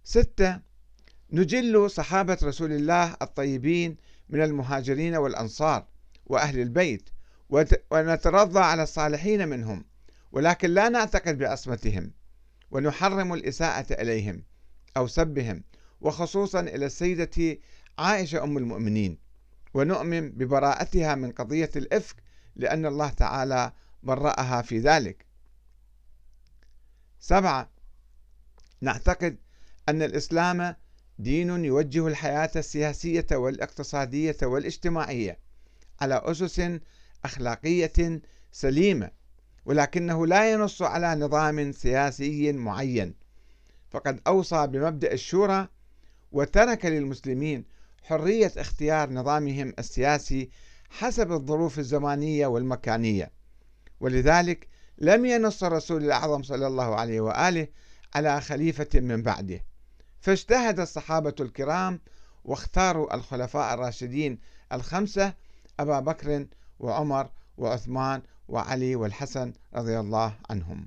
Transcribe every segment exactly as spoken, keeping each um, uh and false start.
ستة، نجل صحابة رسول الله الطيبين من المهاجرين والأنصار وأهل البيت، ونترضى على الصالحين منهم، ولكن لا نعتقد بعصمتهم، ونحرم الإساءة إليهم أو سبهم، وخصوصا إلى السيدة عائشة أم المؤمنين، ونؤمن ببراءتها من قضية الإفك لأن الله تعالى برأها في ذلك. سبعة، نعتقد أن الإسلام دين يوجه الحياة السياسية والاقتصادية والاجتماعية على أسس أخلاقية سليمة، ولكنه لا ينص على نظام سياسي معين، فقد أوصى بمبدأ الشورى وترك للمسلمين حرية اختيار نظامهم السياسي حسب الظروف الزمانية والمكانية، ولذلك لم ينص الرسول الأعظم صلى الله عليه وآله على خليفة من بعده، فاجتهد الصحابة الكرام واختاروا الخلفاء الراشدين الخمسة أبا بكر وعمر وعثمان وعلي والحسن رضي الله عنهم.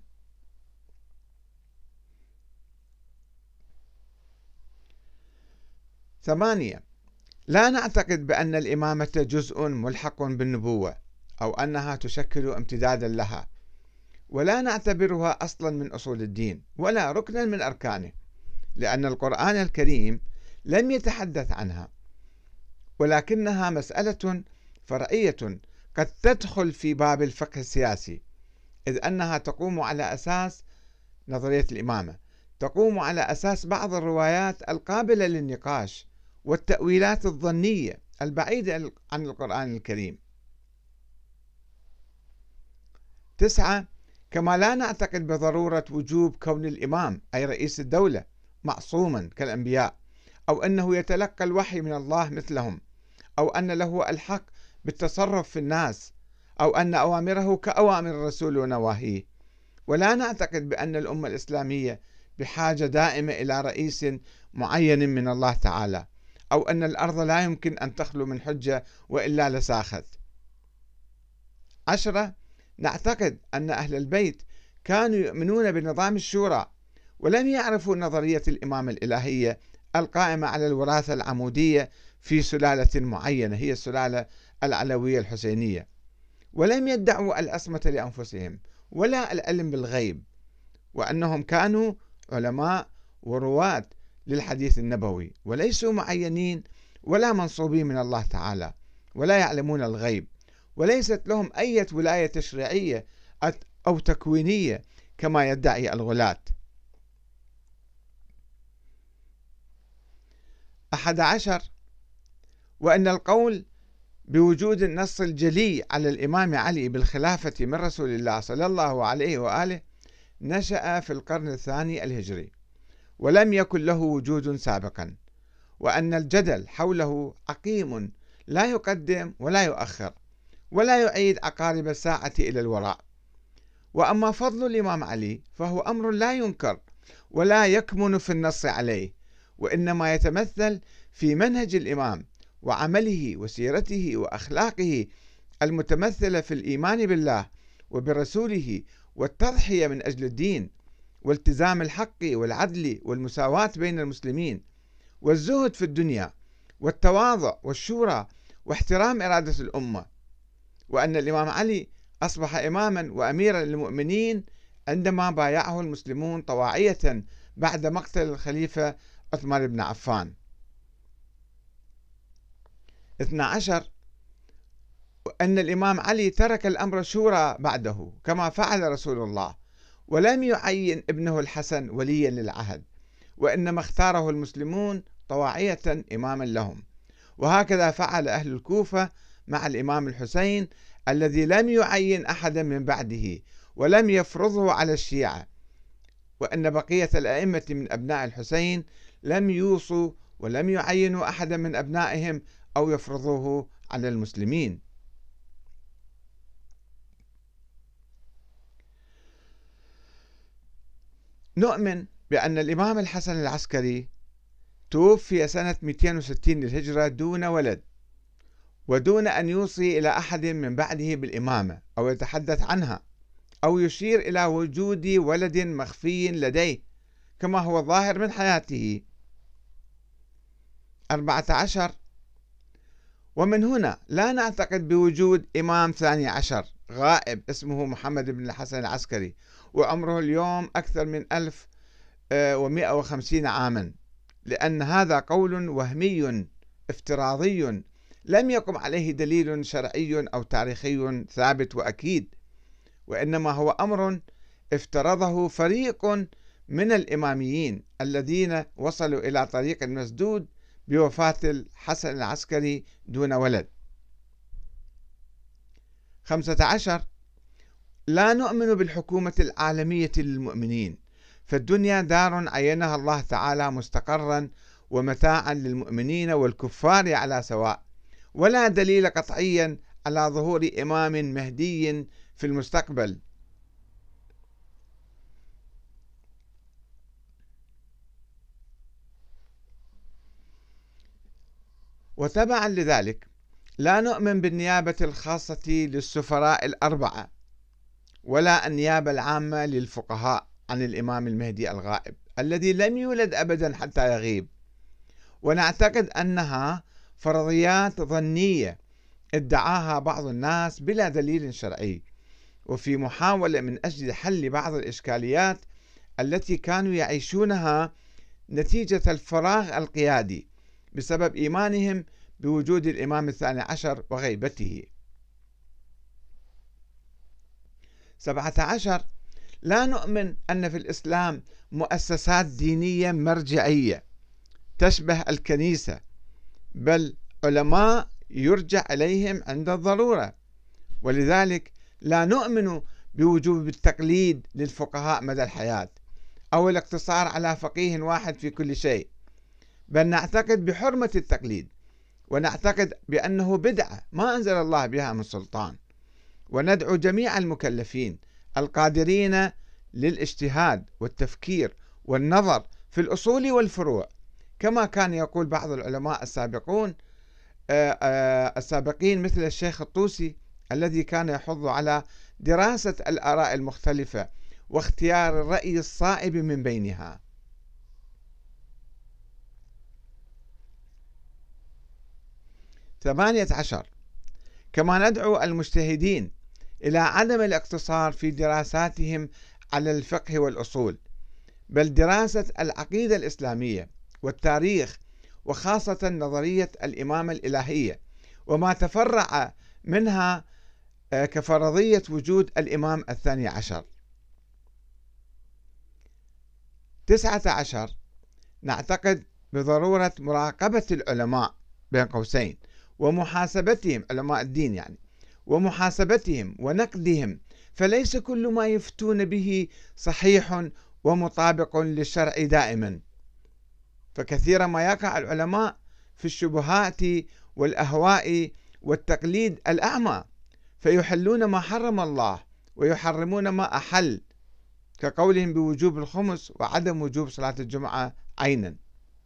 ثمانية، لا نعتقد بأن الإمامة جزء ملحق بالنبوة أو أنها تشكل امتدادا لها، ولا نعتبرها أصلا من أصول الدين ولا ركنا من أركانه، لأن القرآن الكريم لم يتحدث عنها، ولكنها مسألة فرعية قد تدخل في باب الفقه السياسي، إذ أنها تقوم على أساس نظرية الإمامة، تقوم على أساس بعض الروايات القابلة للنقاش والتأويلات الظنية البعيدة عن القرآن الكريم. تسعة، كما لا نعتقد بضرورة وجوب كون الإمام أي رئيس الدولة معصوما كالأنبياء، أو أنه يتلقى الوحي من الله مثلهم، أو أن له الحق بالتصرف في الناس، أو أن أوامره كأوامر الرسول ونواهيه، ولا نعتقد بأن الأمة الإسلامية بحاجة دائمة إلى رئيس معين من الله تعالى، أو أن الأرض لا يمكن أن تخلو من حجة وإلا لساخت. عشرة، نعتقد أن أهل البيت كانوا يؤمنون بنظام الشورى، ولم يعرفوا نظرية الإمامة الإلهية القائمة على الوراثة العمودية في سلالة معينة هي السلالة العلوية الحسينية، ولم يدعوا العصمة لأنفسهم ولا العلم بالغيب، وأنهم كانوا علماء ورواة للحديث النبوي، وليسوا معينين ولا منصوبين من الله تعالى، ولا يعلمون الغيب، وليست لهم أي ولاية تشريعية أو تكوينية كما يدعي الغلاة. أحد عشر، وأن القول بوجود النص الجلي على الإمام علي بالخلافة من رسول الله صلى الله عليه وآله نشأ في القرن الثاني الهجري، ولم يكن له وجود سابقا، وأن الجدل حوله عقيم لا يقدم ولا يؤخر، ولا يعيد عقارب الساعة إلى الوراء. وأما فضل الإمام علي فهو أمر لا ينكر ولا يكمن في النص عليه، وإنما يتمثل في منهج الإمام وعمله وسيرته وأخلاقه المتمثلة في الإيمان بالله وبرسوله والتضحية من أجل الدين والتزام الحق والعدل والمساواة بين المسلمين والزهد في الدنيا والتواضع والشورى واحترام إرادة الأمة، وأن الإمام علي أصبح إماما وأميرا للمؤمنين عندما بايعه المسلمون طواعية بعد مقتل الخليفة عثمان بن عفان. اثنا عشر، أن الإمام علي ترك الأمر شورى بعده كما فعل رسول الله، ولم يعين ابنه الحسن وليا للعهد، وإنما اختاره المسلمون طواعية إماما لهم، وهكذا فعل أهل الكوفة مع الإمام الحسين الذي لم يعين أحدا من بعده ولم يفرضه على الشيعة، وأن بقية الأئمة من أبناء الحسين لم يوصوا ولم يعينوا أحدا من أبنائهم أو يفرضوه على المسلمين. نؤمن بأن الإمام الحسن العسكري توفي سنة مئتين وستين للهجرة دون ولد، ودون أن يوصي إلى أحد من بعده بالإمامة أو يتحدث عنها أو يشير إلى وجود ولد مخفي لديه كما هو ظاهر من حياته، أربعة عشر: ومن هنا لا نعتقد بوجود إمام ثاني عشر غائب اسمه محمد بن الحسن العسكري وعمره اليوم أكثر من ألف ومئة وخمسين عاما، لأن هذا قول وهمي افتراضي لم يقم عليه دليل شرعي أو تاريخي ثابت وأكيد، وإنما هو أمر افترضه فريق من الإماميين الذين وصلوا إلى طريق مسدود بوفاة الحسن العسكري دون ولد. خمسة عشر: لا نؤمن بالحكومة العالمية للمؤمنين، فالدنيا دار عينها الله تعالى مستقرا ومتاعا للمؤمنين والكفار على سواء، ولا دليل قطعيا على ظهور إمام مهدي في المستقبل. وتبعا لذلك لا نؤمن بالنيابة الخاصة للسفراء الأربعة ولا النيابة العامة للفقهاء عن الإمام المهدي الغائب الذي لم يولد أبدا حتى يغيب، ونعتقد أنها فرضيات ظنية ادعاها بعض الناس بلا دليل شرعي، وفي محاولة من أجل حل بعض الإشكاليات التي كانوا يعيشونها نتيجة الفراغ القيادي بسبب إيمانهم بوجود الإمام الثاني عشر وغيبته. سبعة عشر: لا نؤمن أن في الإسلام مؤسسات دينية مرجعية تشبه الكنيسة، بل علماء يرجع إليهم عند الضرورة، ولذلك لا نؤمن بوجوب التقليد للفقهاء مدى الحياة أو الاقتصار على فقيه واحد في كل شيء، بل نعتقد بحرمة التقليد، ونعتقد بأنه بدعة ما أنزل الله بها من سلطان، وندعو جميع المكلفين القادرين للاجتهاد والتفكير والنظر في الأصول والفروع، كما كان يقول بعض العلماء السابقون السابقين مثل الشيخ الطوسي الذي كان يحض على دراسة الآراء المختلفة واختيار الرأي الصائب من بينها. ثمانية عشر: كما ندعو المجتهدين إلى عدم الاقتصار في دراساتهم على الفقه والأصول، بل دراسة العقيدة الإسلامية والتاريخ، وخاصة نظرية الإمامة الإلهية وما تفرع منها كفرضية وجود الإمام الثاني عشر. تسعة عشر: نعتقد بضرورة مراقبة العلماء بين قوسين ومحاسبتهم، علماء الدين يعني، ومحاسبتهم ونقدهم، فليس كل ما يفتون به صحيح ومطابق للشرع دائما، فكثيرا ما يقع العلماء في الشبهات والأهواء والتقليد الأعمى، فيحلون ما حرم الله ويحرمون ما أحل، كقولهم بوجوب الخمس وعدم وجوب صلاة الجمعة عينا.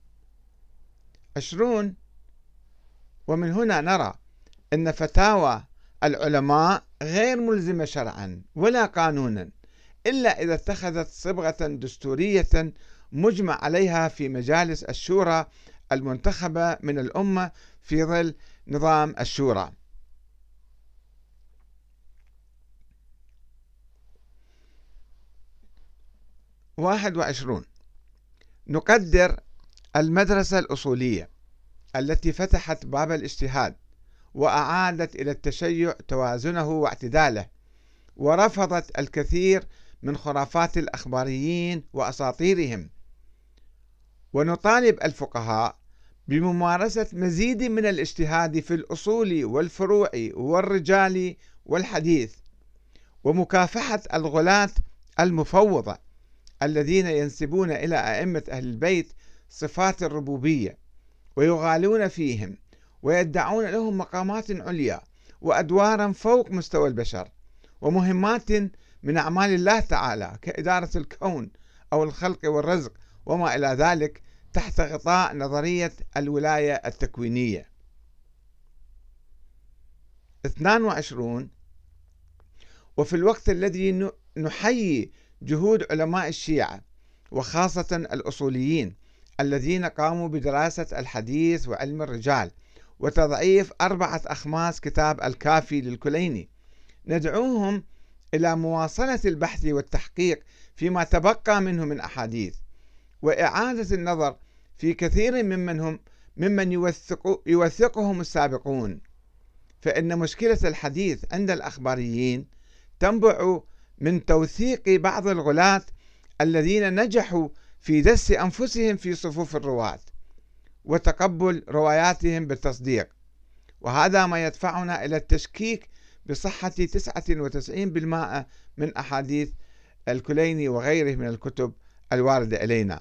عشرون: ومن هنا نرى أن فتاوى العلماء غير ملزمة شرعا ولا قانونا إلا إذا اتخذت صبغة دستورية مجمع عليها في مجالس الشورى المنتخبة من الأمة في ظل نظام الشورى. واحد وعشرون: نقدر المدرسة الأصولية التي فتحت باب الاجتهاد وأعادت إلى التشيع توازنه واعتداله، ورفضت الكثير من خرافات الأخباريين وأساطيرهم، ونطالب الفقهاء بممارسة مزيد من الاجتهاد في الأصول والفروع والرجال والحديث، ومكافحة الغلاة المفوضة الذين ينسبون إلى أئمة أهل البيت صفات الربوبية ويغالون فيهم ويدعون لهم مقامات عليا وأدوارا فوق مستوى البشر ومهمات من أعمال الله تعالى كإدارة الكون أو الخلق والرزق وما إلى ذلك تحت غطاء نظرية الولاية التكوينية. اثنان وعشرون: وفي الوقت الذي نحيي جهود علماء الشيعة وخاصة الأصوليين الذين قاموا بدراسة الحديث وعلم الرجال وتضعيف أربعة أخماس كتاب الكافي للكليني، ندعوهم إلى مواصلة البحث والتحقيق فيما تبقى منه من أحاديث، وإعادة النظر في كثير ممن هم ممن يوثق يوثقهم السابقون، فإن مشكلة الحديث عند الأخباريين تنبع من توثيق بعض الغلاة الذين نجحوا في دس أنفسهم في صفوف الرواة وتقبل رواياتهم بالتصديق، وهذا ما يدفعنا إلى التشكيك بصحة تسعة وتسعين بالمئة من أحاديث الكليني وغيره من الكتب الواردة إلينا،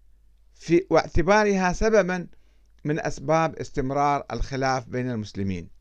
في واعتبارها سببا من أسباب استمرار الخلاف بين المسلمين.